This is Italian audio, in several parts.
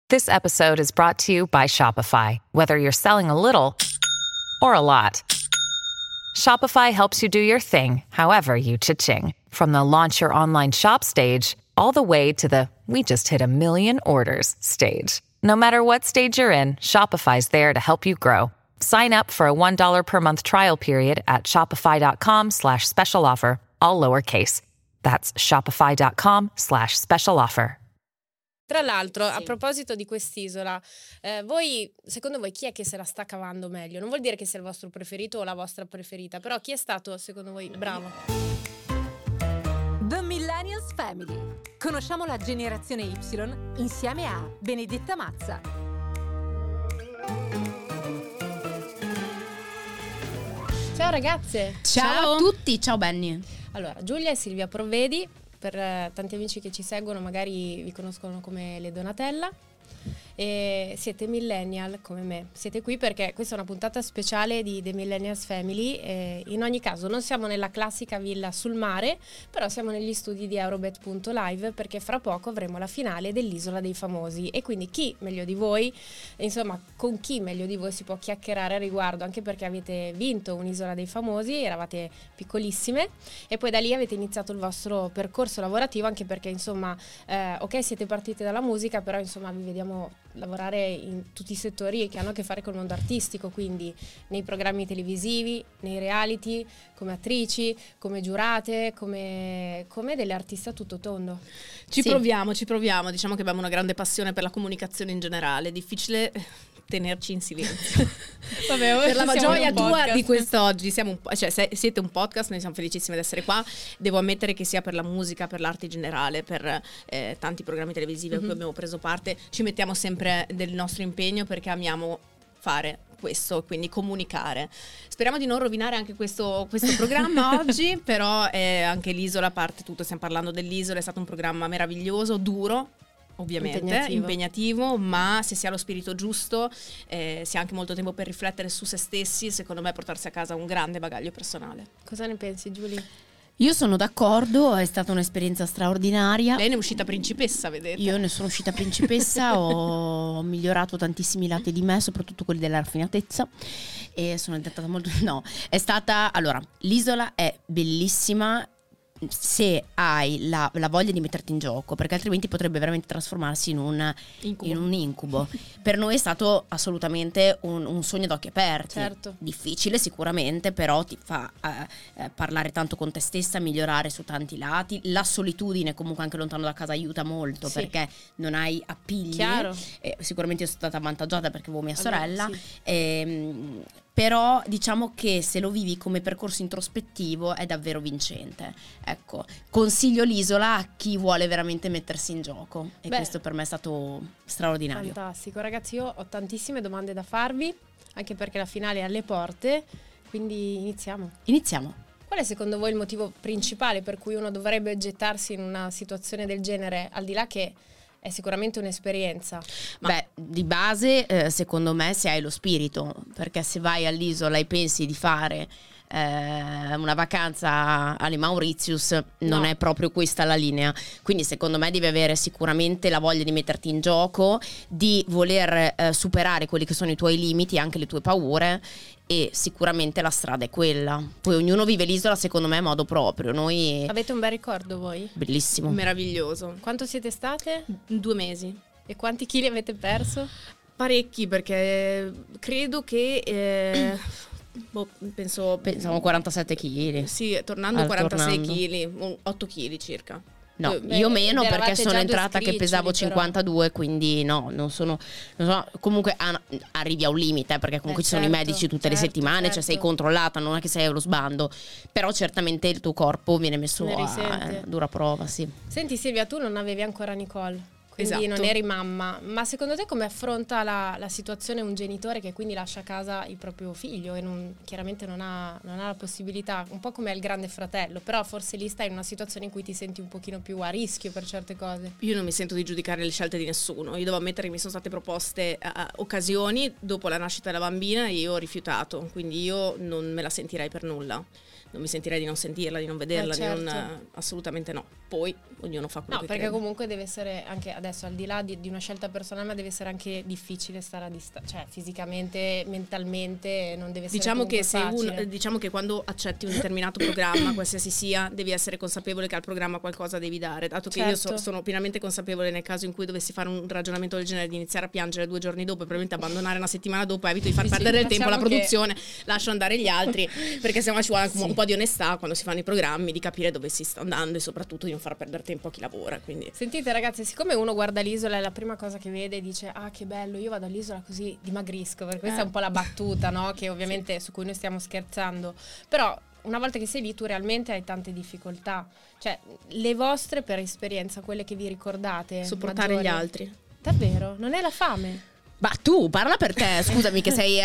This episode is brought to you by Shopify. Whether you're selling a little or a lot, Shopify helps you do your thing, however you cha-ching. From the launch your online shop stage, all the way to the we just hit 1 million orders stage. No matter what stage you're in, Shopify's there to help you grow. Sign up for a $1 per month trial period at shopify.com/special offer, all lowercase. That's shopify.com/special offer. Tra l'altro, a proposito di quest'isola, secondo voi chi è che se la sta cavando meglio? Non vuol dire che sia il vostro preferito o la vostra preferita, però chi è stato, secondo voi, bravo? The Millennials Family. Conosciamo la generazione Y insieme a Benedetta Mazza. Ciao ragazze! Ciao a tutti, ciao Benny. Allora, Giulia e Silvia Provvedi, per tanti amici che ci seguono magari vi conoscono come le Donatella, e siete millennial come me. Siete qui perché questa è una puntata speciale di The Millennials Family, e in ogni caso non siamo nella classica villa sul mare, però siamo negli studi di Eurobet.live, perché fra poco avremo la finale dell'Isola dei Famosi e quindi chi meglio di voi, insomma con chi meglio di voi si può chiacchierare a riguardo, anche perché avete vinto un'Isola dei Famosi, eravate piccolissime e poi da lì avete iniziato il vostro percorso lavorativo, anche perché insomma ok, siete partite dalla musica, però insomma vi vediamo lavorare in tutti i settori che hanno a che fare col mondo artistico, quindi nei programmi televisivi, nei reality, come attrici, come giurate, come delle artiste a tutto tondo. Ci proviamo, diciamo che abbiamo una grande passione per la comunicazione in generale, è difficile tenerci in silenzio. Vabbè, per la gioia tua di quest'oggi siete un podcast, noi siamo felicissime di essere qua. Devo ammettere che sia per la musica, per l'arte in generale, per tanti programmi televisivi a cui abbiamo preso parte, ci mettiamo sempre del nostro impegno perché amiamo fare questo, quindi comunicare. Speriamo di non rovinare anche questo programma oggi, però anche l'Isola, a parte tutto, stiamo parlando dell'Isola, è stato un programma meraviglioso, duro, ovviamente impegnativo, ma se si ha lo spirito giusto, si ha anche molto tempo per riflettere su se stessi, secondo me portarsi a casa un grande bagaglio personale. Cosa ne pensi, Giulia? Io sono d'accordo, è stata un'esperienza straordinaria. Lei ne è uscita principessa, vedete? Io ne sono uscita principessa, ho migliorato tantissimi lati di me, soprattutto quelli della raffinatezza, e sono diventata molto... No, è stata... Allora, l'Isola è bellissima se hai la voglia di metterti in gioco, perché altrimenti potrebbe veramente trasformarsi in un incubo. Per noi è stato assolutamente un sogno d'occhi aperti. Certo. Difficile sicuramente, però ti fa parlare tanto con te stessa, migliorare su tanti lati. La solitudine comunque anche lontano da casa aiuta molto, sì, perché non hai appigli. Sicuramente io sono stata avvantaggiata perché avevo mia sorella, sì. Però diciamo che se lo vivi come percorso introspettivo è davvero vincente. Ecco, consiglio l'Isola a chi vuole veramente mettersi in gioco, e questo per me è stato straordinario. Fantastico, ragazzi, io ho tantissime domande da farvi, anche perché la finale è alle porte, quindi iniziamo. Qual è secondo voi il motivo principale per cui uno dovrebbe gettarsi in una situazione del genere, al di là che è sicuramente un'esperienza? Beh, di base secondo me se hai lo spirito, perché se vai all'Isola e pensi di fare una vacanza alle Mauritius, non è proprio questa la linea. Quindi secondo me devi avere sicuramente la voglia di metterti in gioco, di voler superare quelli che sono i tuoi limiti, anche le tue paure, e sicuramente la strada è quella. Poi ognuno vive l'Isola secondo me a modo proprio. Noi avete un bel ricordo voi? Bellissimo, meraviglioso. Quanto siete state? 2 mesi. E quanti chili avete perso? Parecchi, perché credo che pensavo 47 kg. Sì, tornando 46 kg, 8 kg circa. No, io meno, perché sono entrata che pesavo 52, quindi non sono comunque arrivi a un limite, perché comunque ci sono i medici tutte le settimane, cioè sei controllata, non è che sei allo sbando, però certamente il tuo corpo viene messo a dura prova, sì. Senti Silvia, tu non avevi ancora Nicole, quindi non eri mamma, ma secondo te come affronta la situazione un genitore che quindi lascia a casa il proprio figlio e chiaramente non ha la possibilità, un po' come il Grande Fratello, però forse lì stai in una situazione in cui ti senti un pochino più a rischio per certe cose? Io non mi sento di giudicare le scelte di nessuno, io devo ammettere che mi sono state proposte occasioni dopo la nascita della bambina e io ho rifiutato, quindi io non me la sentirei per nulla. Non mi sentirei di non sentirla, di non vederla, certo. di non, assolutamente no. Poi ognuno fa quello che crede. No, perché comunque deve essere anche adesso al di là di una scelta personale, ma deve essere anche difficile stare a distanza, cioè fisicamente, mentalmente non deve essere facile. Diciamo che quando accetti un determinato programma, qualsiasi sia, devi essere consapevole che al programma qualcosa devi dare, dato che io sono pienamente consapevole nel caso in cui dovessi fare un ragionamento del genere di iniziare a piangere 2 giorni dopo e probabilmente abbandonare una settimana dopo, evito di far perdere il tempo alla produzione, lascio andare gli altri, perché sennò ci vuole anche un po' di onestà quando si fanno i programmi, di capire dove si sta andando e soprattutto di non far perdere tempo a chi lavora. Quindi sentite ragazzi, siccome uno guarda l'isola e la prima cosa che vede dice ah che bello, io vado all'isola così dimagrisco, perché questa è un po' la battuta, no? Che ovviamente su cui noi stiamo scherzando, però una volta che sei lì tu realmente hai tante difficoltà, cioè le vostre per esperienza, quelle che vi ricordate, sopportare maggiori. gli altri. Davvero? Non è la fame? Ma tu parla per te, scusami che sei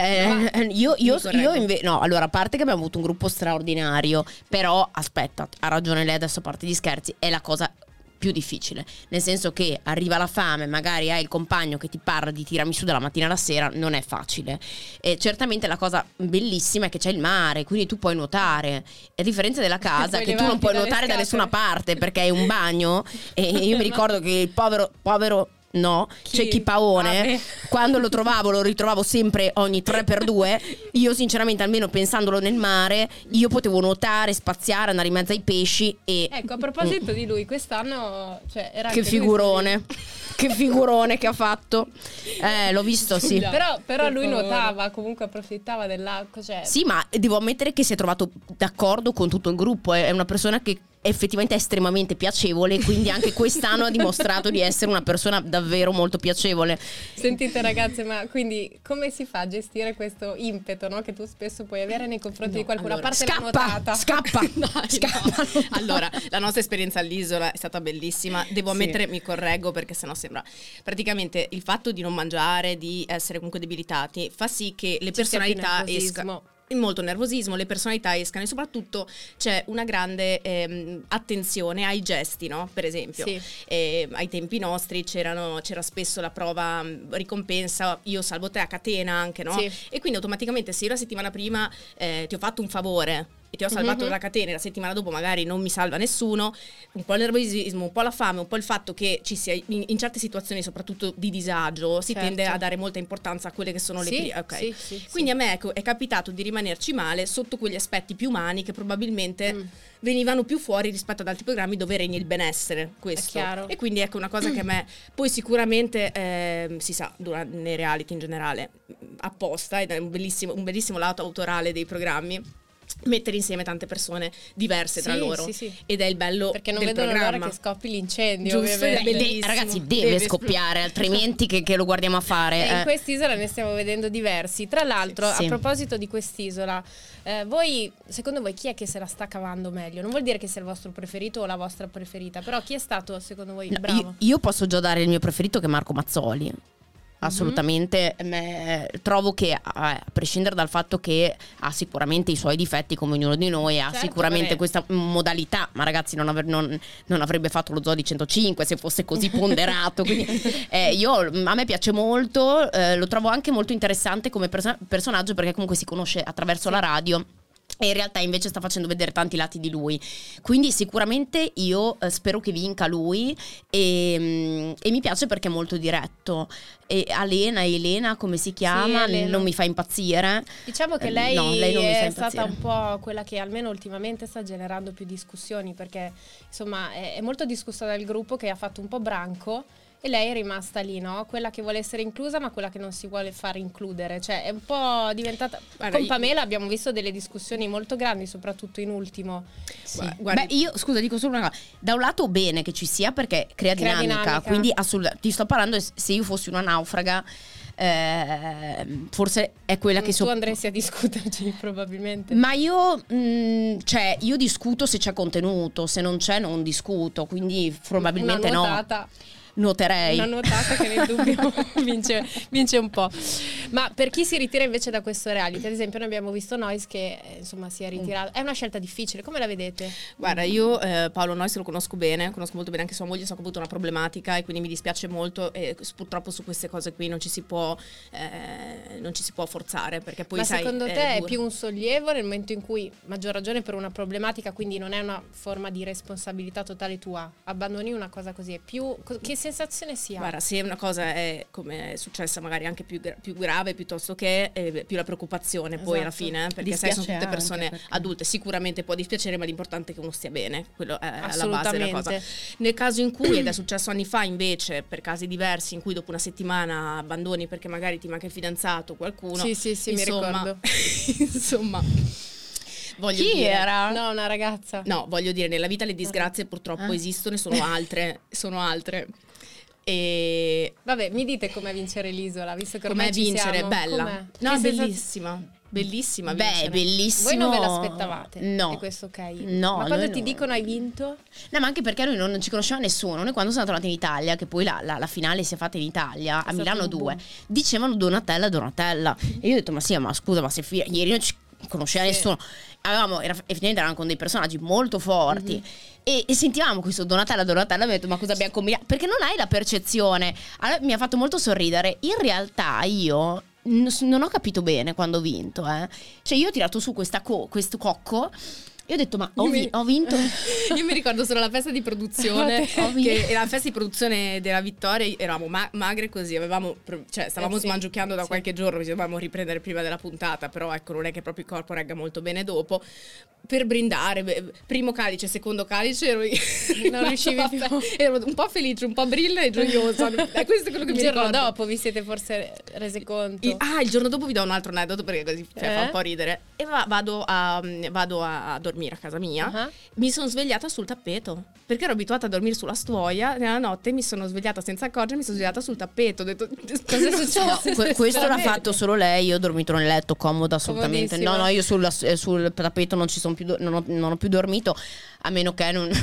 no, allora, a parte che abbiamo avuto un gruppo straordinario, però aspetta, ha ragione lei adesso, a parte gli scherzi, è la cosa più difficile, nel senso che arriva la fame, magari hai il compagno che ti parla di tiramisù dalla mattina alla sera, non è facile. E certamente la cosa bellissima è che c'è il mare, quindi tu puoi nuotare, a differenza della casa che tu non puoi nuotare da nessuna parte perché è un bagno. E io mi ricordo che il povero no, c'è Chipaone, quando lo ritrovavo sempre ogni 3x2. Io sinceramente, almeno pensandolo nel mare, io potevo nuotare, spaziare, andare in mezzo ai pesci. E ecco, a proposito di lui, quest'anno era che figurone che ha fatto, l'ho visto, sì. Però lui nuotava, comunque approfittava dell'acqua, cioè. Sì, ma devo ammettere che si è trovato d'accordo con tutto il gruppo, è una persona che effettivamente è estremamente piacevole, quindi anche quest'anno ha dimostrato di essere una persona davvero molto piacevole. Sentite ragazze, ma quindi come si fa a gestire questo impeto, no, che tu spesso puoi avere nei confronti di qualcuno, allora, a parte la nuotata? Scappa. Allora, la nostra esperienza all'isola è stata bellissima, devo ammettere, mi correggo perché sennò sembra, praticamente il fatto di non mangiare, di essere comunque debilitati, fa sì che le personalità escano. Molto nervosismo, le personalità escano e soprattutto c'è una grande attenzione ai gesti, no? Per esempio, ai tempi nostri c'era spesso la prova ricompensa, io salvo te a catena anche, no? Sì. E quindi automaticamente se io la settimana prima ti ho fatto un favore e ti ho salvato dalla catena e la settimana dopo magari non mi salva nessuno, un po' il nervosismo, un po' la fame, un po' il fatto che ci sia in certe situazioni soprattutto di disagio si tende a dare molta importanza a quelle che sono le prime. Okay. Quindi a me è capitato di rimanerci male sotto quegli aspetti più umani che probabilmente venivano più fuori rispetto ad altri programmi dove regna il benessere, questo. E quindi ecco una cosa che a me poi sicuramente si sa nei reality in generale apposta, ed è un bellissimo lato autorale dei programmi, mettere insieme tante persone diverse tra loro, ed è il bello perché non del vedono programma. l'ora che scoppi l'incendio, giusto, ragazzi, deve scoppiare, altrimenti che lo guardiamo a fare. In quest'isola ne stiamo vedendo diversi. Tra l'altro, a proposito di quest'isola, secondo voi chi è che se la sta cavando meglio? Non vuol dire che sia il vostro preferito o la vostra preferita, però chi è stato secondo voi bravo? Io posso già dare il mio preferito, che è Marco Mazzoli. Assolutamente, trovo che a prescindere dal fatto che ha sicuramente i suoi difetti come ognuno di noi, ha sicuramente questa modalità, ma ragazzi non avrebbe fatto lo Zoo di 105 se fosse così ponderato, quindi a me piace molto, lo trovo anche molto interessante come personaggio, perché comunque si conosce attraverso la radio e in realtà invece sta facendo vedere tanti lati di lui, quindi sicuramente io spero che vinca lui, e mi piace perché è molto diretto. E Elena come si chiama, non mi fa impazzire, diciamo che lei non è stata un po' quella che almeno ultimamente sta generando più discussioni, perché insomma è molto discussa dal gruppo, che ha fatto un po' branco. E lei è rimasta lì, no? Quella che vuole essere inclusa, ma quella che non si vuole far includere. Cioè, è un po' diventata. Con Pamela abbiamo visto delle discussioni molto grandi, soprattutto in ultimo. Sì. Beh, io scusa, dico solo una cosa. Da un lato bene che ci sia, perché crea dinamica. Quindi ti sto parlando, se io fossi una naufraga, forse è quella che tu andresti a discuterci probabilmente. Ma io discuto se c'è contenuto, se non c'è non discuto, quindi probabilmente no. Nuoterei. Una nuotata che nel dubbio vince un po'. Ma per chi si ritira invece da questo reality, ad esempio noi abbiamo visto Nois che insomma si è ritirato, è una scelta difficile, come la vedete? Guarda, io Paolo Nois lo conosco molto bene anche sua moglie, so che ha avuto una problematica e quindi mi dispiace molto, e purtroppo su queste cose qui non ci si può forzare, perché poi ma secondo te è più un sollievo nel momento in cui, maggior ragione per una problematica, quindi non è una forma di responsabilità totale tua, abbandoni una cosa così, è più che sensazione si ha? Guarda, se una cosa è come è successa magari anche più grave piuttosto che più la preoccupazione poi alla fine, perché sai, sono tutte persone adulte, sicuramente può dispiacere, ma l'importante è che uno stia bene, quello è alla base della cosa. Nel caso in cui, ed è successo anni fa invece, per casi diversi, in cui dopo una settimana abbandoni perché magari ti manca il fidanzato, qualcuno, sì, insomma, mi ricordo. Insomma, Chi era? No, una ragazza. No, voglio dire, nella vita le disgrazie purtroppo esistono e sono altre. E vabbè, mi dite com'è vincere l'isola, visto che ormai ci vincere, siamo. bella. Com'è? No, bellissima. Beh, bellissimo. Voi non ve l'aspettavate? No. E questo ok. No. Ma quando ti dicono hai vinto? No, ma anche perché noi non ci conosceva nessuno. Noi quando siamo tornati in Italia, che poi la finale si è fatta in Italia, a Milano 2, dicevano Donatella. E io ho detto, ma sì, ma scusa, ma se ieri non ci conosceva nessuno. Effettivamente erano con dei personaggi molto forti. E sentivamo questo Donatella, abbiamo detto, ma cosa abbiamo combinato? Perché non hai la percezione. Allora, mi ha fatto molto sorridere. In realtà io non ho capito bene quando ho vinto, Cioè io ho tirato su questo cocco e ho detto, ma ho vinto. Io mi ricordo solo la festa di produzione, che la festa di produzione della vittoria, eravamo magre così, stavamo smangiucchiando da qualche giorno, dovevamo riprendere prima della puntata, però ecco, non è che proprio il corpo regga molto bene dopo. Per brindare, primo calice, secondo calice, non riuscivi più. Ero un po' felice, un po' brilla e gioiosa. Questo è quello che mi ricordo. Il giorno dopo vi siete forse resi conto? Il giorno dopo vi do un altro aneddoto perché così fa un po' ridere. E vado a dormire a casa mia. Mi sono svegliata sul tappeto perché ero abituata a dormire sulla stuoia. Nella notte mi sono svegliata senza accorgermi, mi sono svegliata sul tappeto. Ho detto, cosa è successo? No, questo l'ha fatto solo lei. Io ho dormito nel letto comoda, assolutamente. No, io sul tappeto non ci sono più, non ho più dormito, a meno che non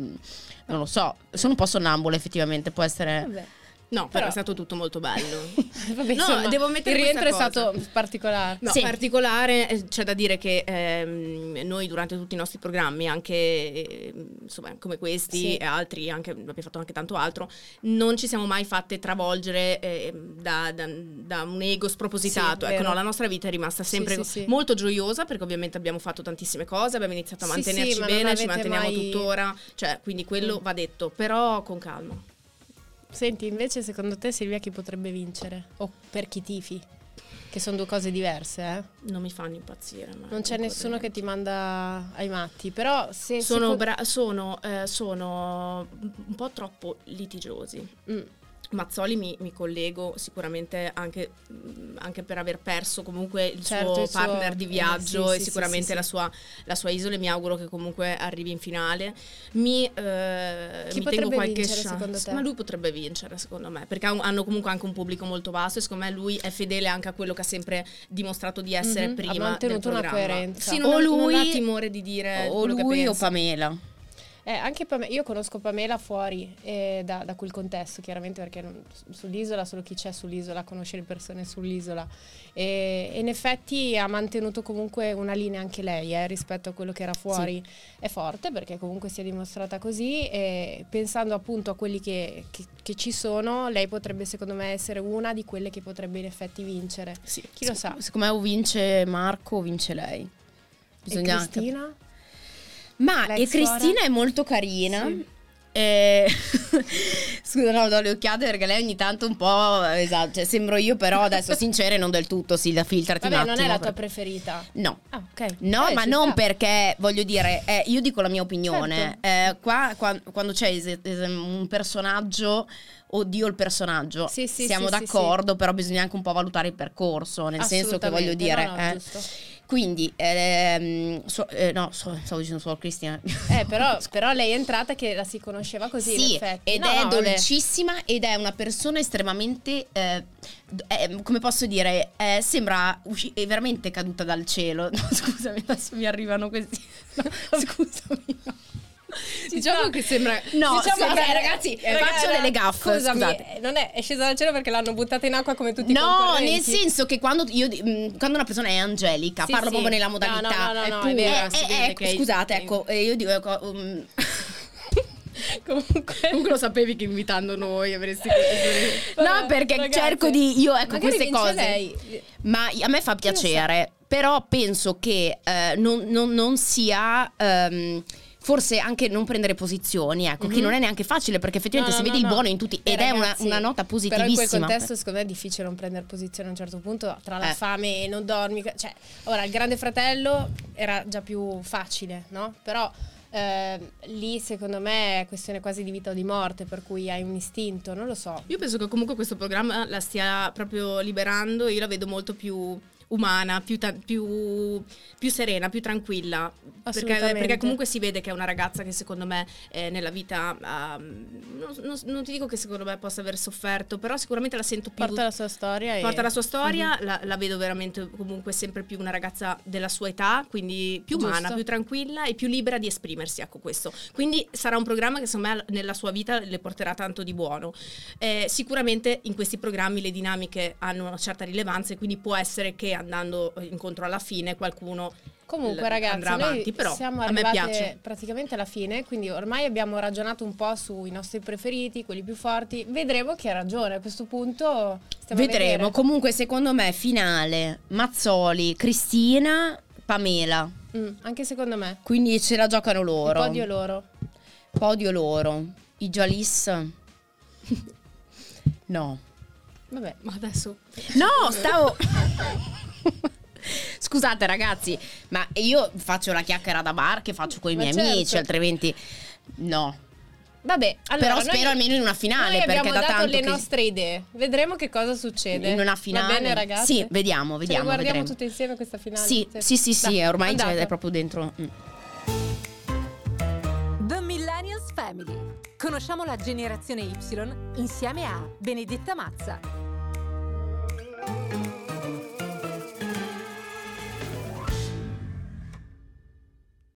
lo so, sono un po' sonnambula effettivamente, può essere. Vabbè. No, però è stato tutto molto bello. Vabbè, no, insomma, devo mettere il rientro è cosa. stato particolare. No, particolare, c'è da dire che noi durante tutti i nostri programmi, anche insomma come questi e altri, abbiamo fatto anche tanto altro, non ci siamo mai fatte travolgere da un ego spropositato. Ecco, no, la nostra vita è rimasta sempre molto gioiosa, perché ovviamente abbiamo fatto tantissime cose, abbiamo iniziato a mantenerci bene, ci manteniamo tuttora, cioè quindi quello va detto, però con calma. Senti, invece secondo te, Silvia, chi potrebbe vincere? O per chi tifi? Che sono due cose diverse, Non mi fanno impazzire. Non c'è nessuno che ti manda ai matti, però se sono un po' troppo litigiosi. Mazzoli mi collego sicuramente anche per aver perso comunque il suo partner di viaggio e sicuramente la sua isola, e mi auguro che comunque arrivi in finale. Chi tengo qualche chance, secondo te? Ma lui potrebbe vincere secondo me, perché hanno comunque anche un pubblico molto vasto e secondo me lui è fedele anche a quello che ha sempre dimostrato di essere prima. Ha mantenuto una coerenza. Sì, non ha timore di dire quello che pensa. O Pamela. Anche Io conosco Pamela fuori da quel contesto, chiaramente, perché sull'isola solo chi c'è sull'isola conosce le persone sull'isola, e in effetti ha mantenuto comunque una linea anche lei rispetto a quello che era fuori. È forte perché comunque si è dimostrata così, e pensando appunto a quelli che ci sono, lei potrebbe secondo me essere una di quelle che potrebbe in effetti vincere. Chi lo sa? Secondo me o vince Marco o vince lei. Bisogna e Cristina? Cristina è molto carina. Sì. Scusa, no, do le occhiate perché lei ogni tanto un po', esatto, cioè sembro io, però adesso sincera e non del tutto, filtrati un attimo. Non è la tua preferita? No. Okay. No, ma non perché, voglio dire, io dico la mia opinione. Certo. Quando c'è un personaggio, oddio il personaggio, siamo d'accordo, però bisogna anche un po' valutare il percorso, nel senso che voglio dire, giusto. Quindi stavo dicendo solo Cristina. Però lei è entrata che la si conosceva così, in effetti. Ed è dolcissima ed è una persona estremamente come posso dire, sembra veramente caduta dal cielo. No, scusami, adesso mi arrivano questi. No, scusami. Diciamo che sembra. No, ragazzi, faccio delle gaffe. Scusate. Non è scesa dal cielo perché l'hanno buttata in acqua come tutti i concorrenti. No, nel senso che quando una persona è angelica, parlo proprio nella modalità. No, è vero. Scusate, ecco, io dico. Comunque lo sapevi che invitando noi avresti no, perché ragazzi, cerco di queste cose lei. Ma a me fa piacere, però penso che non sia forse anche non prendere posizioni, ecco, che non è neanche facile, perché effettivamente si vede il buono in tutti, ed ragazzi, è una nota positivissima. Però in quel contesto secondo me è difficile non prendere posizione a un certo punto, tra la fame e non dormi, cioè ora il Grande Fratello era già più facile, no? Però lì secondo me è questione quasi di vita o di morte, per cui hai un istinto, non lo so. Io penso che comunque questo programma la stia proprio liberando, io la vedo molto più umana, più serena, più tranquilla, perché comunque si vede che è una ragazza che secondo me nella vita non ti dico che secondo me possa aver sofferto, però sicuramente la sento più, porta la sua storia, la vedo veramente comunque sempre più una ragazza della sua età, quindi più umana, più tranquilla e più libera di esprimersi, ecco questo. Quindi sarà un programma che secondo me nella sua vita le porterà tanto di buono. Sicuramente in questi programmi le dinamiche hanno una certa rilevanza e quindi può essere che andando incontro alla fine qualcuno comunque ragazzi andrà avanti, però siamo a me piace praticamente alla fine, quindi ormai abbiamo ragionato un po' sui nostri preferiti, quelli più forti, vedremo chi ha ragione a questo punto, vedremo. Comunque secondo me finale Mazzoli, Cristina, Pamela, anche secondo me, quindi ce la giocano loro, podio loro, i Jalis no, vabbè, ma adesso stavo scusate ragazzi, ma io faccio la chiacchiera da bar che faccio con i miei amici, altrimenti no. Vabbè, allora, però spero almeno in una finale, perché abbiamo da dato tanto le nostre idee, vedremo che cosa succede in una finale. Va bene ragazzi? Sì, vediamo, ce guardiamo vedremo tutte insieme questa finale. Sì, ormai è proprio dentro. The Millennials Family. Conosciamo la generazione Y insieme a Benedetta Mazza.